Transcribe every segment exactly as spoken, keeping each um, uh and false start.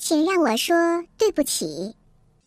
请让我说对不起。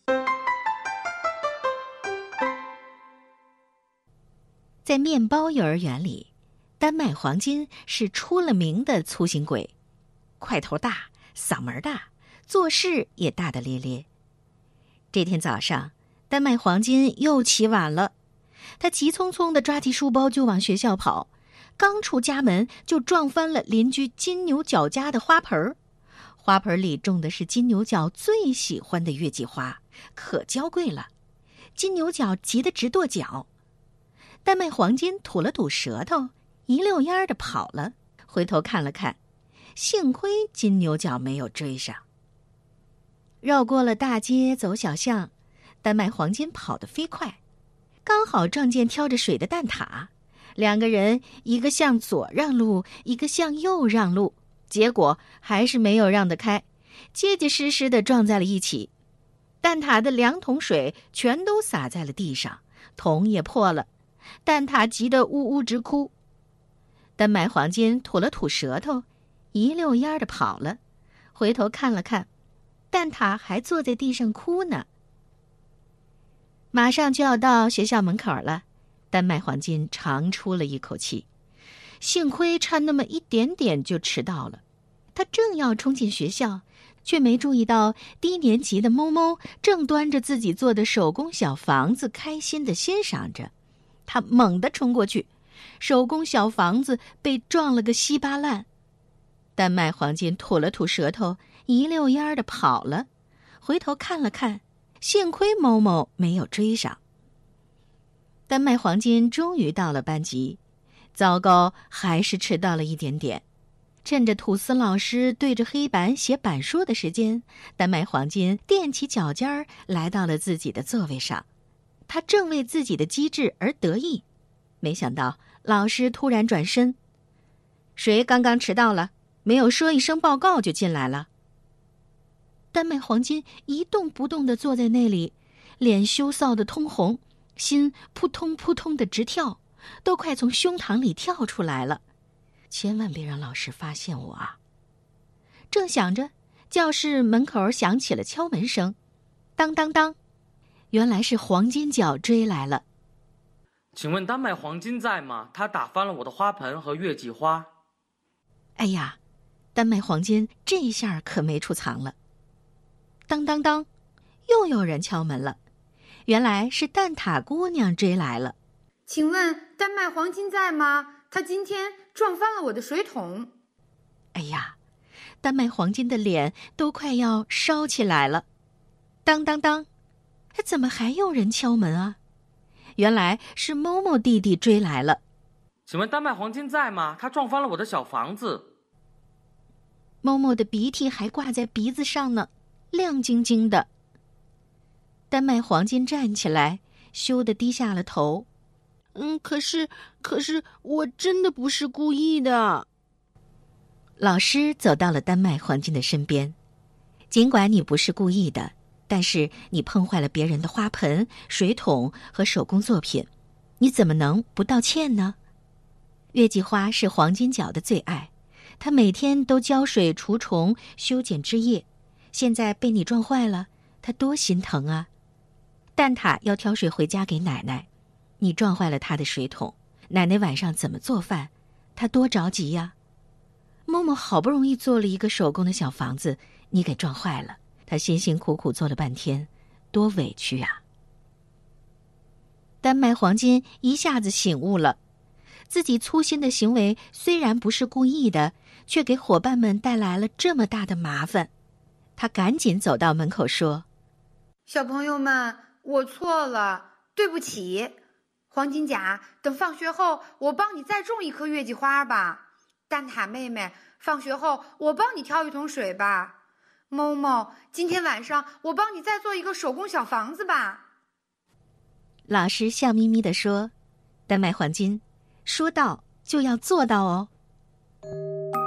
在面包幼儿园里，丹麦黄金是出了名的粗心鬼，块头大，嗓门大，做事也大大咧咧。这天早上，丹麦黄金又起晚了，他急匆匆地抓起书包就往学校跑，刚出家门就撞翻了邻居金牛角家的花盆儿。花盆里种的是金牛角最喜欢的月季花，可娇贵了。金牛角急得直跺脚。丹麦黄金吐了吐舌头，一溜烟儿地跑了，回头看了看，幸亏金牛角没有追上。绕过了大街走小巷，丹麦黄金跑得飞快，刚好撞见挑着水的蛋挞，两个人一个向左让路，一个向右让路，结果还是没有让得开，结结实实地撞在了一起。蛋挞的两桶水全都洒在了地上，桶也破了，蛋挞急得呜呜直哭。丹麦黄金吐了吐舌头，一溜烟儿地跑了，回头看了看，蛋挞还坐在地上哭呢。马上就要到学校门口了，丹麦黄金长出了一口气，幸亏差那么一点点就迟到了。他正要冲进学校，却没注意到低年级的某某正端着自己做的手工小房子开心地欣赏着。他猛地冲过去，手工小房子被撞了个稀巴烂。丹麦黄金吐了吐舌头，一溜烟儿地跑了，回头看了看，幸亏某某没有追上。丹麦黄金终于到了班级，糟糕，还是迟到了一点点。趁着吐司老师对着黑板写板书的时间，丹麦黄金踮起脚尖儿来到了自己的座位上。他正为自己的机智而得意，没想到老师突然转身：“谁刚刚迟到了？没有说一声报告就进来了。”丹麦黄金一动不动地坐在那里，脸羞臊得通红，心扑通扑通的直跳，都快从胸膛里跳出来了。千万别让老师发现我啊！正想着，教室门口响起了敲门声，当当当，原来是黄金角追来了。 请问丹麦黄金在吗？他打翻了我的花盆和月季花。 哎呀，丹麦黄金这下可没处藏了。当当当，又有人敲门了，原来是蛋挞姑娘追来了。 请问丹麦黄金在吗？他今天撞翻了我的水桶。 哎呀，丹麦黄金的脸都快要烧起来了。当当当，怎么还有人敲门啊？原来是某某弟弟追来了。 请问丹麦黄金在吗？他撞翻了我的小房子。 某某的鼻涕还挂在鼻子上呢，亮晶晶的。丹麦黄金站起来，羞得低下了头。 嗯，可是，可是我真的不是故意的。 老师走到了丹麦黄金的身边，尽管你不是故意的，但是你碰坏了别人的花盆、水桶和手工作品，你怎么能不道歉呢？月季花是黄金角的最爱，他每天都浇水除虫、修剪枝叶，现在被你撞坏了，他多心疼啊！蛋挞要挑水回家给奶奶，你撞坏了他的水桶，奶奶晚上怎么做饭？他多着急呀！某某好不容易做了一个手工的小房子，你给撞坏了，他辛辛苦苦做了半天，多委屈啊！丹麦黄金一下子醒悟了，自己粗心的行为虽然不是故意的，却给伙伴们带来了这么大的麻烦。他赶紧走到门口说：“ 小朋友们，我错了，对不起。黄金甲，等放学后我帮你再种一棵月季花吧。蛋挞妹妹，放学后我帮你挑一桶水吧。某某，今天晚上我帮你再做一个手工小房子吧。” 老师笑眯眯地说：“丹麦黄金，说到就要做到哦。”